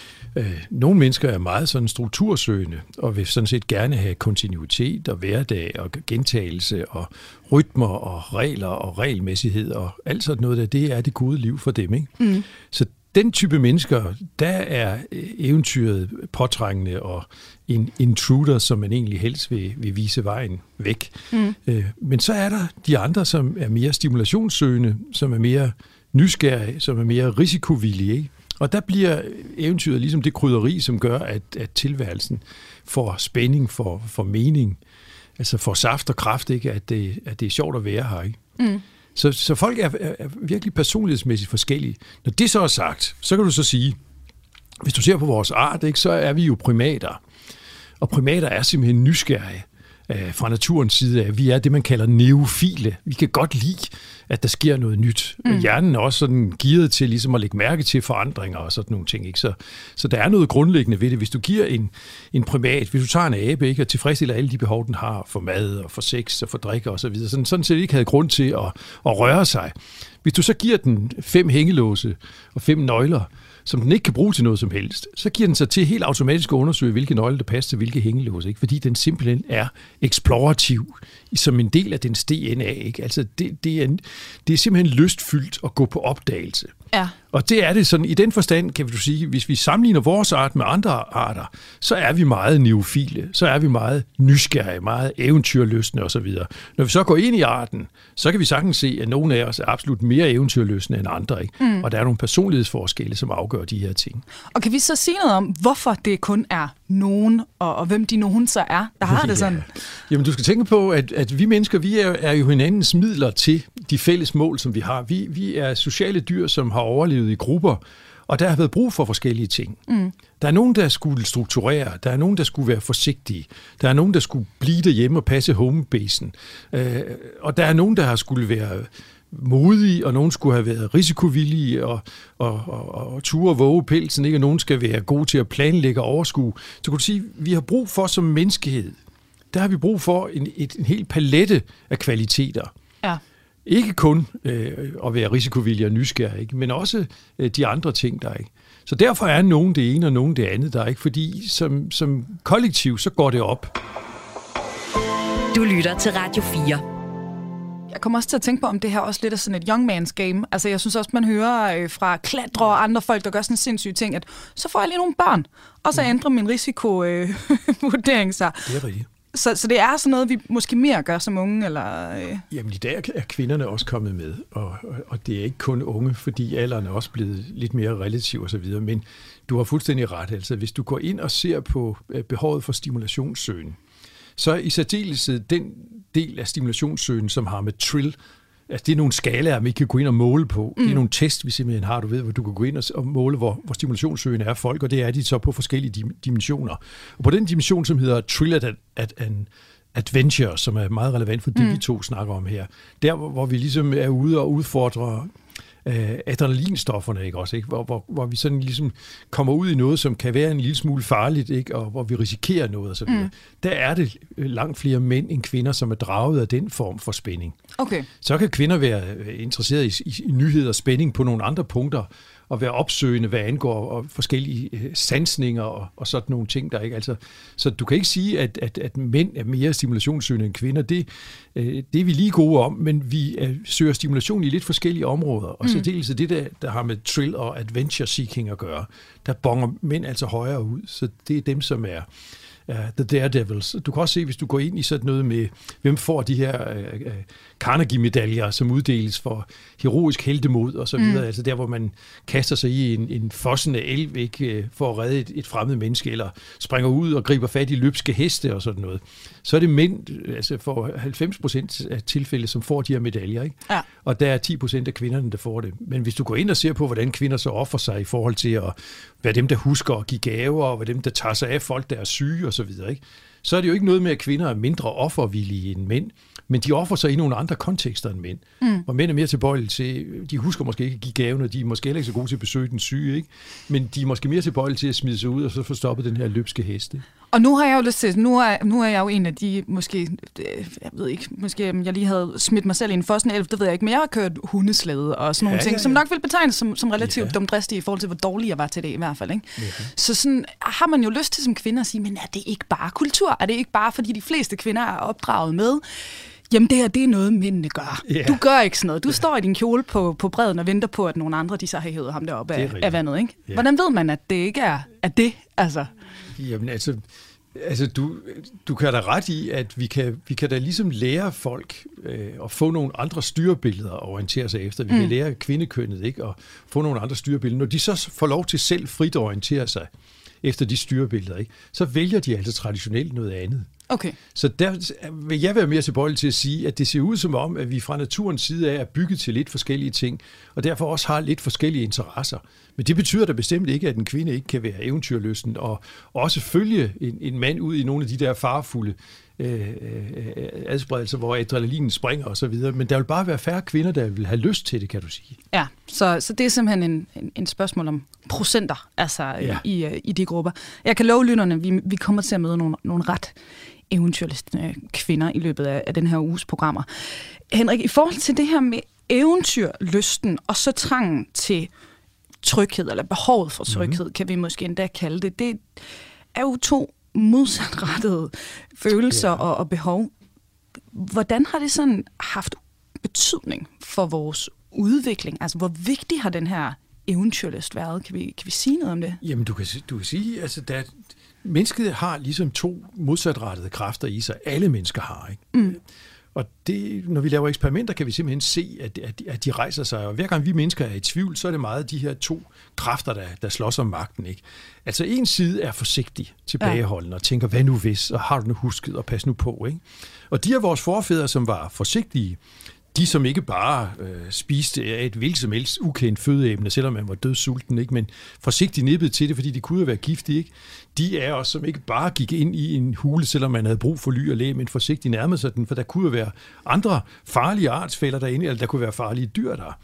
Nogle mennesker er meget sådan struktursøgende, og vil sådan set gerne have kontinuitet og hverdag og gentagelse og rytmer og regler og regelmæssighed og alt sådan noget der, det er det gode liv for dem, ikke? Mm. Så den type mennesker, der er eventyret påtrængende og en intruder, som man egentlig helst vil vise vejen væk. Mm. Men så er der de andre, som er mere stimulationssøgende, som er mere nysgerrige, som er mere risikovillige, ikke? Og der bliver eventyret ligesom det krydderi, som gør, at tilværelsen får spænding, for mening, altså får saft og kraft, ikke? At det er sjovt at være her, ikke? Mm. Så folk er virkelig personlighedsmæssigt forskellige. Når det så er sagt, så kan du så sige, hvis du ser på vores art, ikke, så er vi jo primater. Og primater er simpelthen nysgerrige fra naturens side af. Vi er det, man kalder neofile. Vi kan godt lide, at der sker noget nyt. Mm. Hjernen er også sådan gearet til ligesom at lægge mærke til forandringer og sådan nogle ting. Ikke? Så der er noget grundlæggende ved det. Hvis du giver en primat, hvis du tager en abe, ikke, og tilfredsstiller alle de behov, den har for mad og for sex og for drikke og så videre, sådan set ikke havde grund til at røre sig. Hvis du så giver den 5 hængelåse og 5 nøgler, som den ikke kan bruge til noget som helst, så giver den sig til helt automatisk at undersøge, hvilke nøgler der passer til hvilke hængelåse, ikke? Fordi den simpelthen er eksplorativ som en del af dens DNA. Ikke? Altså det er simpelthen lystfyldt at gå på opdagelse. Ja. Og det er det sådan, i den forstand kan du sige, hvis vi sammenligner vores art med andre arter, så er vi meget neofile, så er vi meget nysgerrige, meget eventyrlystne osv. Når vi så går ind i arten, så kan vi sagtens se, at nogle af os er absolut mere eventyrlystne end andre. Ikke? Mm. Og der er nogle personlighedsforskelle, som afgør de her ting. Og kan vi så sige noget om, hvorfor det kun er nogen, og hvem de nogen så er, der har det sådan? Jamen, du skal tænke på, at vi mennesker, vi er jo hinandens midler til de fælles mål, som vi har. Vi er sociale dyr, som har overlevet i grupper, og der har været brug for forskellige ting. Mm. Der er nogen, der skulle strukturere, der er nogen, der skulle være forsigtige, der er nogen, der skulle blive derhjemme og passe homebasen, og der er nogen, der har skulle være modige, og nogen skulle have været risikovillige og ture og våge pelsen, ikke? Og nogen skal være gode til at planlægge og overskue. Så kan du sige, vi har brug for som menneskehed, der har vi brug for en hel palette af kvaliteter. Ja. Ikke kun at være risikovillig og nysgerrig, ikke? Men også de andre ting, der ikke. Så derfor er nogen det ene og nogen det andet, der ikke, fordi som kollektiv, så går det op. Du lytter til Radio 4. Jeg kommer også til at tænke på, om det her også lidt er sådan et young man's game. Altså, jeg synes også, man hører fra klatre og andre folk, der gør sådan sindssyge ting, at så får jeg lige nogle børn, og så ændrer min risikovurdering sig. Det er rigtigt. Så det er sådan noget, vi måske mere gør som unge, eller? Jamen, i dag er kvinderne også kommet med, og det er ikke kun unge, fordi alderen er også blevet lidt mere relativ og så videre, men du har fuldstændig ret. Altså, hvis du går ind og ser på behovet for stimulationssøgen, så i særdeleshed den del af stimulationssøgen, som har med trill, altså det er nogle skalaer, vi kan gå ind og måle på. Det er nogle test, vi simpelthen har, du ved, hvor du kan gå ind og måle, hvor stimulationssøgen er folk, og det er de så på forskellige dimensioner. Og på den dimension, som hedder Trill Adventure, som er meget relevant for det, vi to snakker om her, der hvor vi ligesom er ude og udfordrer adrenalinstofferne, ikke også, ikke? Hvor vi sådan ligesom kommer ud i noget, som kan være en lille smule farligt, ikke? Og hvor vi risikerer noget og så videre. Der er det langt flere mænd end kvinder, som er draget af den form for spænding. Okay. Så kan kvinder være interesseret i nyheder og spænding på nogle andre punkter, og være opsøgende, hvad angår og forskellige sansninger og sådan nogle ting, der ikke. Altså, så du kan ikke sige, at mænd er mere stimulationssøgende end kvinder. Det er vi lige gode om, men vi søger stimulation i lidt forskellige områder. Og så dels det, der har med thrill og adventure seeking at gøre, der bonger mænd altså højere ud. Så det er dem, som The Daredevils. Du kan også se, hvis du går ind i sådan noget med, hvem får de her Carnegie-medaljer, som uddeles for heroisk heltemod og så videre. Altså der, hvor man kaster sig i en fossende elv, ikke, for at redde et fremmed menneske, eller springer ud og griber fat i løbske heste og sådan noget. Så er det mænd, altså for 90% af tilfælde, som får de her medaljer, ikke? Ja. Og der er 10% af kvinderne, der får det. Men hvis du går ind og ser på, hvordan kvinder så offer sig i forhold til at være dem, der husker at give gaver, og være dem, der tager sig af folk, der er syge og så videre, ikke? Så er det jo ikke noget med, at kvinder er mindre offervillige end mænd, men de offer sig i nogle andre kontekster end mænd. Og mænd er mere tilbøjelige til, de husker måske ikke at give gaven, og de er måske heller ikke så gode til at besøge den syge, ikke? Men de er måske mere tilbøjelige til at smide sig ud, og så få stoppet den her løbske heste. Og nu har jeg jo lyst til, nu er jeg jo en af de, måske, jeg ved ikke, måske jeg lige havde smidt mig selv i en fossen elv, det ved jeg ikke, men jeg har kørt hundeslæde og sådan nogle ting, som nok vil betegnes som relativt dumdristige i forhold til, hvor dårlig jeg var til det i hvert fald, ikke? Så sådan har man jo lyst til som kvinde at sige, men er det ikke bare kultur? Er det ikke bare, fordi de fleste kvinder er opdraget med, jamen det her, det er noget, mændene gør. Yeah. Du gør ikke sådan noget. Du står i din kjole på bredden og venter på, at nogle andre, de så har hævet ham deroppe af vandet, ikke? Yeah. Hvordan ved man, at det ikke er det, altså? Jamen altså du kan da ret i, at vi kan da ligesom lære folk at få nogle andre styrebilleder at orientere sig efter. Vi kan lære kvindekønnet, ikke, at få nogle andre styrebilleder. Når de så får lov til selv frit at orientere sig efter de styrebilleder, ikke, så vælger de altså traditionelt noget andet. Okay. Så der vil jeg være mere tilbøjelig til at sige, at det ser ud som om, at vi fra naturens side af er bygget til lidt forskellige ting, og derfor også har lidt forskellige interesser. Men det betyder da bestemt ikke, at en kvinde ikke kan være eventyrlysten og også følge en mand ud i nogle af de der farefulde adspredelser, hvor adrenalinen springer og så videre. Men der vil bare være færre kvinder, der vil have lyst til det, kan du sige. Ja, så det er simpelthen en spørgsmål om procenter, altså i de grupper. Jeg kan love lytterne, vi kommer til at møde nogle ret eventyrlystne kvinder i løbet af den her uges programmer. Henrik, i forhold til det her med eventyrlysten og så trangen til tryghed, eller behovet for tryghed, kan vi måske endda kalde det, det er jo to modsatrettede følelser og behov. Hvordan har det sådan haft betydning for vores udvikling? Altså, hvor vigtig har den her eventyrlyst været? Kan vi sige noget om det? Jamen, du kan sige, altså, mennesket har ligesom to modsatrettede kræfter i sig. Alle mennesker har, ikke? Og det, når vi laver eksperimenter, kan vi simpelthen se, at de rejser sig. Og hver gang vi mennesker er i tvivl, så er det meget de her to kræfter, der slås om magten, ikke? Altså en side er forsigtig, tilbageholdende og tænker, hvad nu hvis, og har du nu husket, og pas nu på, ikke? Og de af vores forfædre, som var forsigtige, de som ikke bare spiste af et hvilket som helst ukendt fødeemne, selvom man var dødssulten, ikke, men forsigtigt nippede til det, fordi de kunne være giftige, ikke? De er også, som ikke bare gik ind i en hule, selvom man havde brug for ly og læge, men forsigtigt nærmede sig den, for der kunne være andre farlige artsfæller derinde, eller der kunne være farlige dyr der.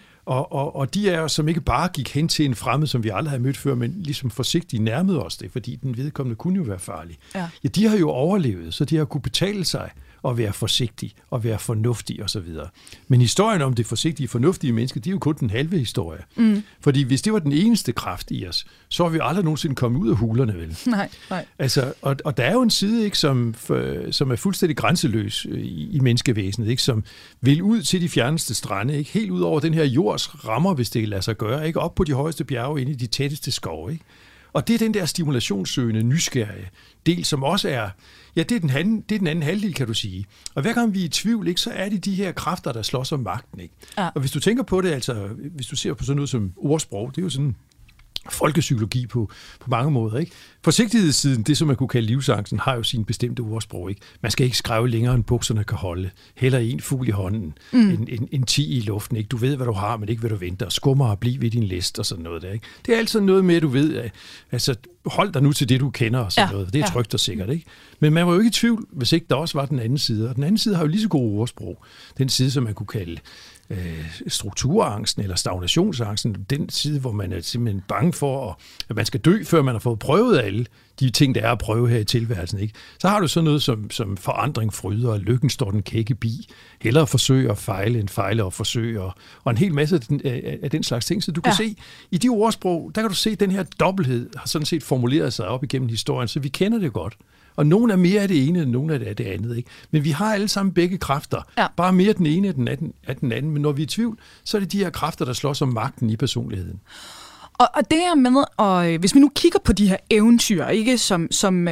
Og de er som ikke bare gik hen til en fremmed, som vi aldrig havde mødt før, men ligesom forsigtigt nærmede os det, fordi den vedkommende kunne jo være farlig. Ja, de har jo overlevet, så de har kunne betale sig at være forsigtig og være fornuftig osv. Men historien om det forsigtige, fornuftige menneske, det er jo kun den halve historie. Fordi hvis det var den eneste kraft i os, så var vi aldrig nogensinde kommet ud af hulerne, vel? Nej. Altså, og der er jo en side, ikke, som er fuldstændig grænseløs i menneskevæsenet, ikke, som vil ud til de fjerneste strande, ikke, helt ud over den her jords rammer, hvis det lader sig gøre, ikke, op på de højeste bjerge, ind i de tætteste skove, ikke? Og det er den der stimulationssøgende, nysgerrige del, som også er, ja, det er den anden halvdel, kan du sige. Og hver gang vi er i tvivl, ikke, så er det de her kræfter, der slås om magten, ikke? Ja. Og hvis du tænker på det, altså, hvis du ser på sådan noget som ordsprog, det er jo sådan folkepsykologi på mange måder, ikke? Forsigtighedssiden, det som man kunne kalde livsangsten, har jo sin bestemte ordsprog, ikke? Man skal ikke skræve længere, end bukserne kan holde. Heller en fugl i hånden, en 10 i luften, ikke? Du ved, hvad du har, men ikke hvad du venter. Skummer og bliv ved din læst og sådan noget der, ikke? Det er altid noget med, at du ved, altså hold dig nu til det, du kender og sådan noget. Det er trygt og sikkert, ikke? Men man var jo ikke i tvivl, hvis ikke der også var den anden side. Og den anden side har jo lige så gode ordsprog. Den side, som man kunne kalde strukturangsten eller stagnationsangsten, den side, hvor man er simpelthen bange for, at man skal dø, før man har fået prøvet alle de ting, der er at prøve her i tilværelsen, ikke? Så har du sådan noget som forandring fryder, og lykken står den kække bi, hellere forsøge at fejle end fejle og forsøge, og en hel masse af den slags ting. Så du kan se, i de ordsprog, der kan du se, at den her dobbelthed har sådan set formuleret sig op igennem historien, så vi kender det godt. Og nogen er mere af det ene, end nogen af det andet, ikke? Men vi har alle sammen begge kræfter. Bare mere den ene af den anden. Men når vi er i tvivl, så er det de her kræfter, der slås om magten i personligheden. Og det her med, og hvis vi nu kigger på de her eventyr, ikke som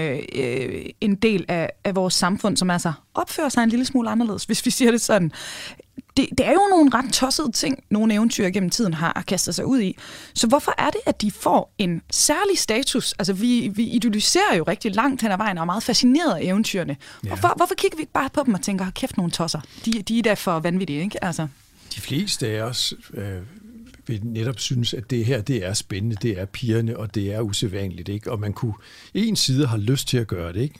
en del af vores samfund, som altså opfører sig en lille smule anderledes, hvis vi siger det sådan. Det er jo nogle ret tossede ting, nogle eventyr gennem tiden har kastet sig ud i. Så hvorfor er det, at de får en særlig status? Altså, vi idylliserer jo rigtig langt hen ad vejen og er meget fascineret af eventyrene. Ja. Hvorfor kigger vi ikke bare på dem og tænker, kæft, nogle tosser? De er da for vanvittige, ikke? Altså. De fleste af os vil netop synes, at det her, det er spændende, det er pirrende, og det er usædvanligt, ikke? Og man kunne en side har lyst til at gøre det, ikke?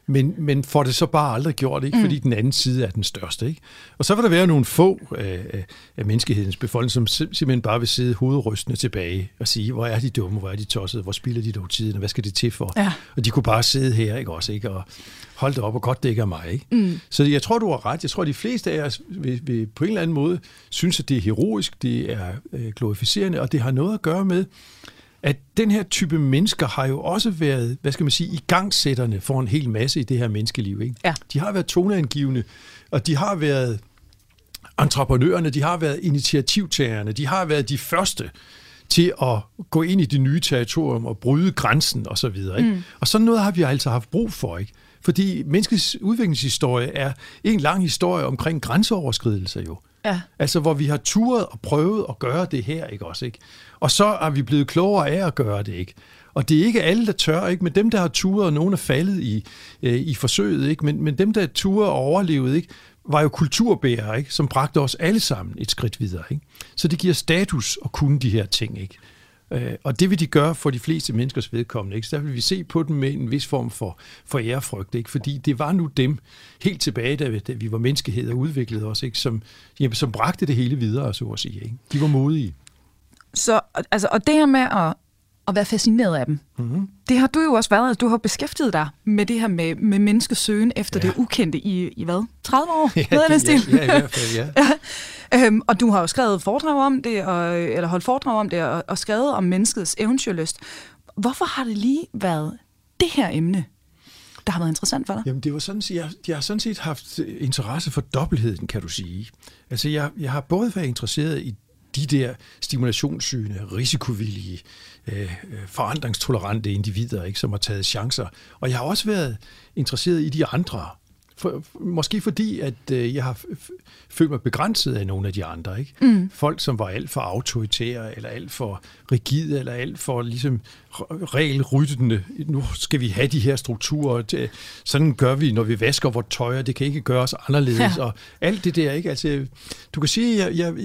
Men får det så bare aldrig gjort, ikke? Fordi den anden side er den største. Ikke? Og så vil der være nogle få af menneskehedens befolkning, som simpelthen bare vil sidde hovedrystende tilbage og sige, hvor er de dumme, hvor er de tossede, hvor spilder de dog tiden, og hvad skal det til for? Ja. Og de kunne bare sidde her, ikke også, ikke? Og holde det op, og godt dække af mig. Ikke? Så jeg tror, du har ret. Jeg tror, de fleste af os vil på en eller anden måde synes, at det er heroisk, det er glorificerende, og det har noget at gøre med, at den her type mennesker har jo også været, hvad skal man sige, igangsætterne for en hel masse i det her menneskeliv. Ikke? Ja. De har været toneangivende, og de har været entreprenørerne, de har været initiativtagerne, de har været de første til at gå ind i det nye territorium og bryde grænsen osv. Og sådan noget har vi altså haft brug for, ikke? Fordi menneskets udviklingshistorie er en lang historie omkring grænseoverskridelser jo. Ja. Altså, hvor vi har turet og prøvet at gøre det her, ikke også, ikke? Og så er vi blevet klogere af at gøre det, ikke? Og det er ikke alle, der tør, ikke? Men dem, der har turet, og nogen er faldet i forsøget, ikke? Men dem, der turet og overlevet, ikke? Var jo kulturbærere, ikke? Som bragte os alle sammen et skridt videre, ikke? Så det giver status at kunne de her ting, ikke? Og det vil de gøre for de fleste menneskers vedkommende, ikke? Så der vil vi se på dem med en vis form for ærefrygt, ikke? Fordi det var nu dem helt tilbage, da vi var menneskehed og udviklede os, ikke? Som bragte det hele videre, så at sige, ikke? De var modige. Så, altså, og det her med at være fascineret af dem, det har du jo også været. Altså, du har beskæftiget dig med det her med menneskets søgen efter det ukendte i hvad? 30 år? Ja, i hvert fald, ja. Og du har jo skrevet foredrag om det, eller holdt foredrag om det, og skrevet om menneskets eventyrlyst. Hvorfor har det lige været det her emne, der har været interessant for dig? Jamen, det var sådan, jeg har sådan set haft interesse for dobbeltheden, kan du sige. Altså, jeg har både været interesseret i de der stimulationssygende, risikovillige, forandringstolerante individer, ikke, som har taget chancer. Og jeg har også været interesseret i de andre. Måske fordi, at jeg har følt mig begrænset af nogle af de andre. Ikke? Folk, som var alt for autoritære, eller alt for rigide, eller alt for ligesom regelryttende. Nu skal vi have de her strukturer. Sådan gør vi, når vi vasker vores tøj, og det kan ikke gøres anderledes. Ja. Og alt det der, ikke? Altså, du kan sige,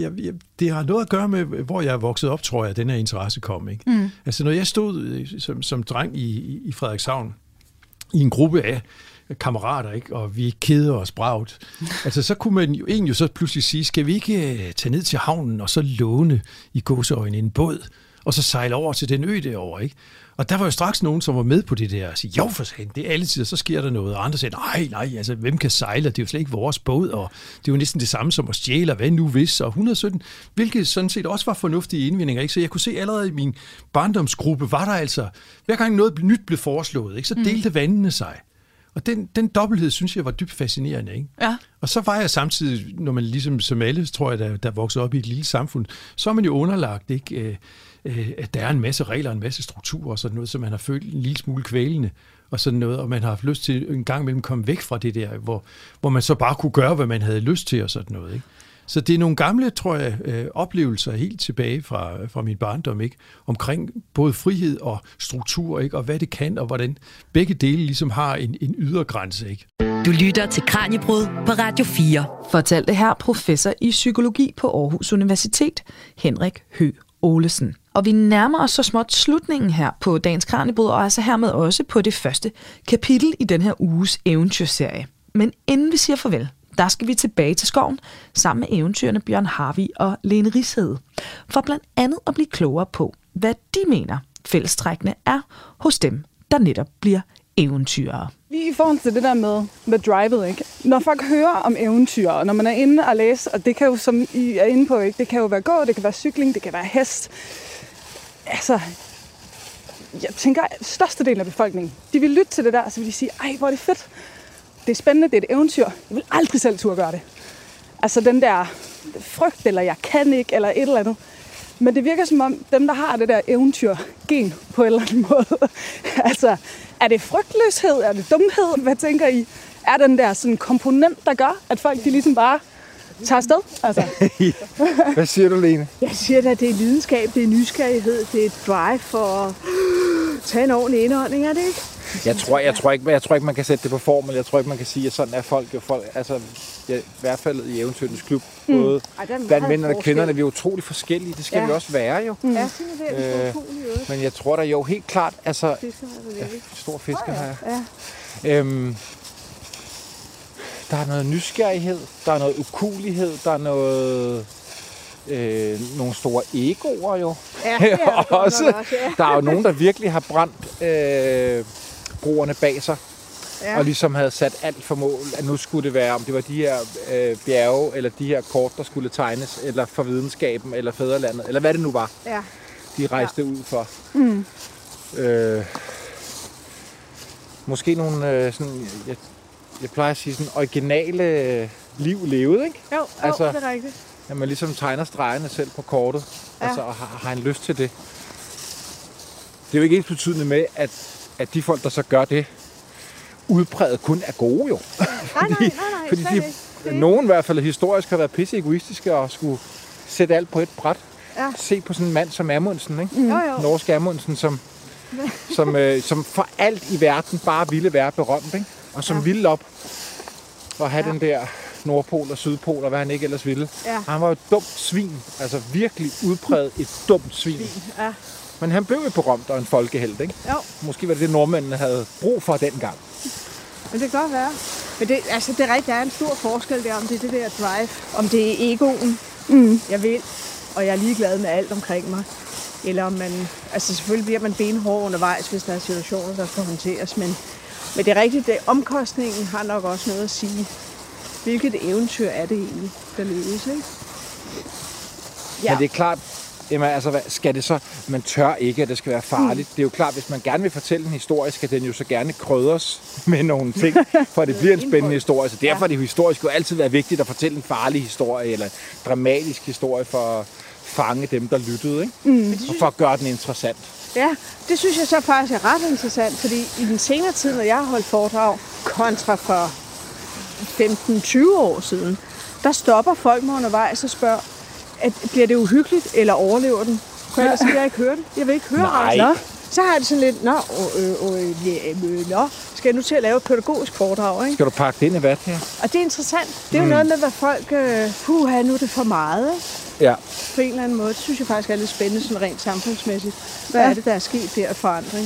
det har noget at gøre med, hvor jeg er vokset op, tror jeg, at den her interesse kom. Ikke? Altså, når jeg stod som dreng i Frederikshavn, i en gruppe af kammerater, ikke? Og vi keder os bragt. Altså, så kunne man jo egentlig så pludselig sige, skal vi ikke tage ned til havnen og så låne i gåseøjne en båd, og så sejle over til den ø derovre, ikke? Og der var jo straks nogen, som var med på det der, og sige, jo for sagen, det er alle tider, så sker der noget. Og andre sagde, nej, altså, hvem kan sejle? Det er jo slet ikke vores båd, og det er jo næsten det samme som at stjæle, hvad nu hvis? Og 117, hvilket sådan set også var fornuftige indvendinger, ikke? Så jeg kunne se allerede i min barndomsgruppe, var der altså, hver gang noget nyt blev foreslået, ikke? Så delte vandene sig. Og den dobbelthed, synes jeg, var dybt fascinerende. Ikke? Ja. Og så var jeg samtidig, når man ligesom som alle, tror jeg, der voksede op i et lille samfund, så er man jo underlagt, ikke, at der er en masse regler, en masse strukturer og sådan noget, som man har følt en lille smule kvælende og sådan noget, og man har haft lyst til en gang imellem at komme væk fra det der, hvor man så bare kunne gøre, hvad man havde lyst til og sådan noget. Ikke? Så det er nogle gamle, tror jeg, oplevelser helt tilbage fra min barndom, ikke? Omkring både frihed og struktur, ikke? Og hvad det kan, og hvordan begge dele ligesom har en ydergrænse. Ikke? Du lytter til Kraniebrud på Radio 4. Fortalte her professor i psykologi på Aarhus Universitet, Henrik Høgh Olesen. Og vi nærmer os så småt slutningen her på dagens Kraniebrud, og altså hermed også på det første kapitel i den her uges eventyrserie. Men inden vi siger farvel, der skal vi tilbage til skoven sammen med eventyrerne Bjørn Harvig og Lene Rishede, for blandt andet at blive klogere på, hvad de mener fællestrækkene er hos dem, der netop bliver eventyrere. I forhold til det der med drivet, ikke? Når folk hører om eventyr, og når man er inde og læser, og det kan jo, som I er inde på, ikke? Det kan jo være gå, det kan være cykling, det kan være hest. Altså, jeg tænker, at størstedelen af befolkningen, de vil lytte til det der, så vil de sige, ej, hvor er det fedt. Det er spændende, det er et eventyr. Jeg vil aldrig selv turde gøre det. Altså den der frygt, eller jeg kan ikke, eller et eller andet. Men det virker som om, dem, der har det der eventyrgen på en eller anden måde, altså, er det frygtløshed? Er det dumhed? Hvad tænker I? Er den der sådan komponent, der gør, at folk de ligesom bare tager afsted? Altså. Hvad siger du, Lene? Jeg siger at det er lidenskab, det er nysgerrighed, det er et drive for at tage en ordentlig indånding, er det ikke? Jeg tror ikke, man kan sætte det på formel. Jeg tror ikke, man kan sige, at sådan er folk. Altså, i hvert fald i Eventyrernes Klub, både blandt mændene og kvinderne, vi er utrolig forskellige. Det skal vi også være, jo. Ja, det er utroligt. Men jeg tror da jo helt klart, altså... Stor fisker her. Ja. Der er noget nysgerrighed, der er noget ukuelighed, der er noget... nogle store egoer jo. Ja, også. Der er jo nogen, der virkelig har brændt broerne bag sig. Ja. Og ligesom havde sat alt for mål, at nu skulle det være, om det var de her bjerge, eller de her kort, der skulle tegnes, eller for videnskaben, eller fædrelandet, eller hvad det nu var, de rejste ud for. Måske nogle, sådan, jeg plejer at sige, sådan originale liv levet, ikke? Jo, altså, det er rigtigt. At man ligesom tegner stregerne selv på kortet, altså, og har en lyst til det. Det er jo ikke ens betydende med, at de folk, der så gør det, udpræget kun er gode jo. Fordi nogen i hvert fald historisk har været pisse egoistiske og skulle sætte alt på et bræt. Ja. Se på sådan en mand som Amundsen, ikke? Norsk Amundsen, som for alt i verden bare ville være berømt, ikke? Og som ville op og have den der Nordpol og Sydpol og hvad han ikke ellers ville. Ja. Han var jo et dumt svin, altså virkelig udpræget et dumt svin. Ja. Men han blev jo berømt og en folkehelt, ikke? Jo. Måske var det nordmændene havde brug for dengang. Men det kan godt være. Men det er rigtigt, der er en stor forskel der, om det er det der drive, om det er egoen, jeg vil, og jeg er ligeglad med alt omkring mig. Eller om man, altså selvfølgelig bliver man benhård undervejs, hvis der er situationer, der skal håndteres, men det er rigtigt, at omkostningen har nok også noget at sige. Hvilket eventyr er det egentlig, der leves, ikke? Ja. Men det er klart, Emma, altså, skal det så... Man tør ikke, at det skal være farligt. Det er jo klart, hvis man gerne vil fortælle en historie, skal den jo så gerne krydres med nogle ting, for at det bliver en spændende historie. Så derfor er det jo historisk jo altid være vigtigt at fortælle en farlig historie, eller en dramatisk historie, for at fange dem, der lyttede, ikke? Og for at gøre den interessant. Ja, det synes jeg så faktisk er ret interessant, fordi i den senere tid, når jeg har holdt foredrag kontra for 15-20 år siden, der stopper folk mig undervejs og spørger, bliver det uhyggeligt, eller overlever den? For ellers vil jeg ikke høre det. Jeg vil ikke høre det. Så har jeg det sådan lidt, skal jeg nu til at lave et pædagogisk foredrag, ikke? Skal du pakke det ind i vat her? Og det er interessant. Det er jo noget med, hvad folk, nu er det for meget, ikke? Ja. På en eller anden måde. Det synes jeg faktisk er lidt spændende, sådan rent samfundsmæssigt. Hvad er det, der er sket der af forandring?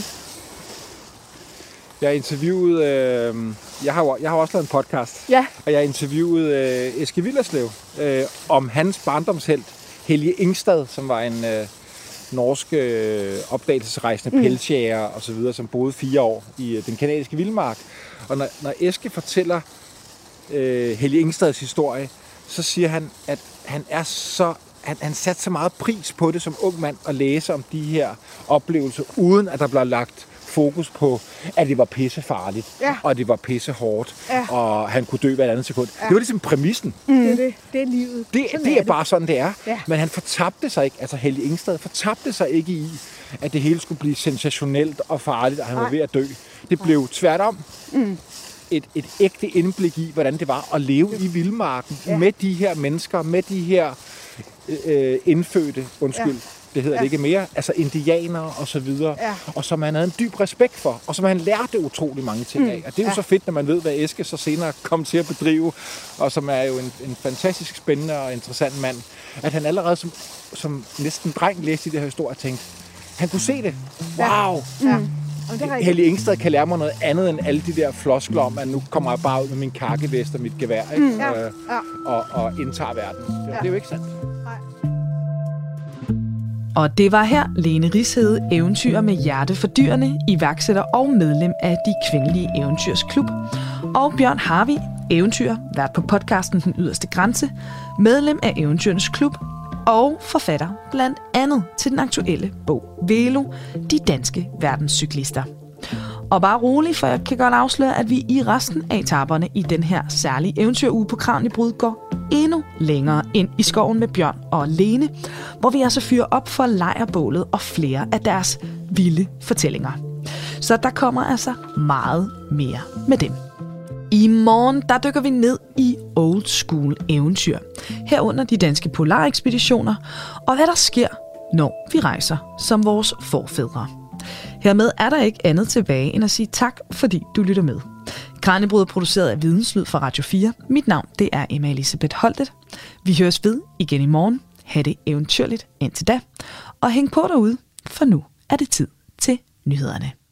Jeg interviewede, jeg har også lavet en podcast, og jeg interviewede Eske Willerslev om hans barndomshelt, Helge Ingstad, som var en norsk opdagelsesrejsende pelsjæger og så videre, som boede 4 år i den kanadiske vildmark. Og når Eske fortæller Helge Ingstads historie, så siger han, at han satte så meget pris på det som ung mand at læse om de her oplevelser, uden at der blev lagt fokus på, at det var pissefarligt, og det var pissehårdt, og han kunne dø hver andet sekund. Det var ligesom præmissen. Det er livet. Det er bare sådan, det er. Ja. Men han fortabte sig ikke, altså Helge Ingstad fortabte sig ikke i, at det hele skulle blive sensationelt og farligt, og han var ved at dø. Det blev tværtom et ægte indblik i, hvordan det var at leve i vildmarken med de her mennesker, med de her indfødte, det hedder det ikke mere, altså indianere og så videre, og som han havde en dyb respekt for, og som han lærte utrolig mange ting af. Og det er jo så fedt, når man ved, hvad Eske så senere kom til at bedrive, og som er jo en fantastisk spændende og interessant mand, at han allerede som næsten dreng læste i det her historie og tænkte, han kunne se det. Wow! Helge Ingstad kan lære mig noget andet end alle de der floskler om, at nu kommer jeg bare ud med min kakkevest og mit gevær, ikke? Og indtager verden. Det er jo ikke sandt. Og det var her Lene Rishede, eventyrer med hjerte for dyrene, iværksætter og medlem af De Kvindelige Eventyrsklub. Og Bjørn Harvig, eventyrer, vært på podcasten Den Yderste Grænse, medlem af Eventyrernes Klub og forfatter blandt andet til den aktuelle bog Velo, de danske verdenscyklister. Og bare rolig, for jeg kan godt afsløre, at vi i resten af etaperne i den her særlige eventyruge på Kraniebrud går endnu længere ind i skoven med Bjørn og Lene, hvor vi altså fyrer op for lejrbålet og flere af deres vilde fortællinger. Så der kommer altså meget mere med dem. I morgen der dykker vi ned i old school eventyr, herunder de danske polarekspeditioner, og hvad der sker, når vi rejser som vores forfædre. Hermed er der ikke andet tilbage end at sige tak, fordi du lytter med. Kraniebrud er produceret af Videnslyd fra Radio 4. Mit navn det er Emma Elisabeth Holtet. Vi høres ved igen i morgen. Ha' det eventyrligt indtil da. Og hæng på derude, for nu er det tid til nyhederne.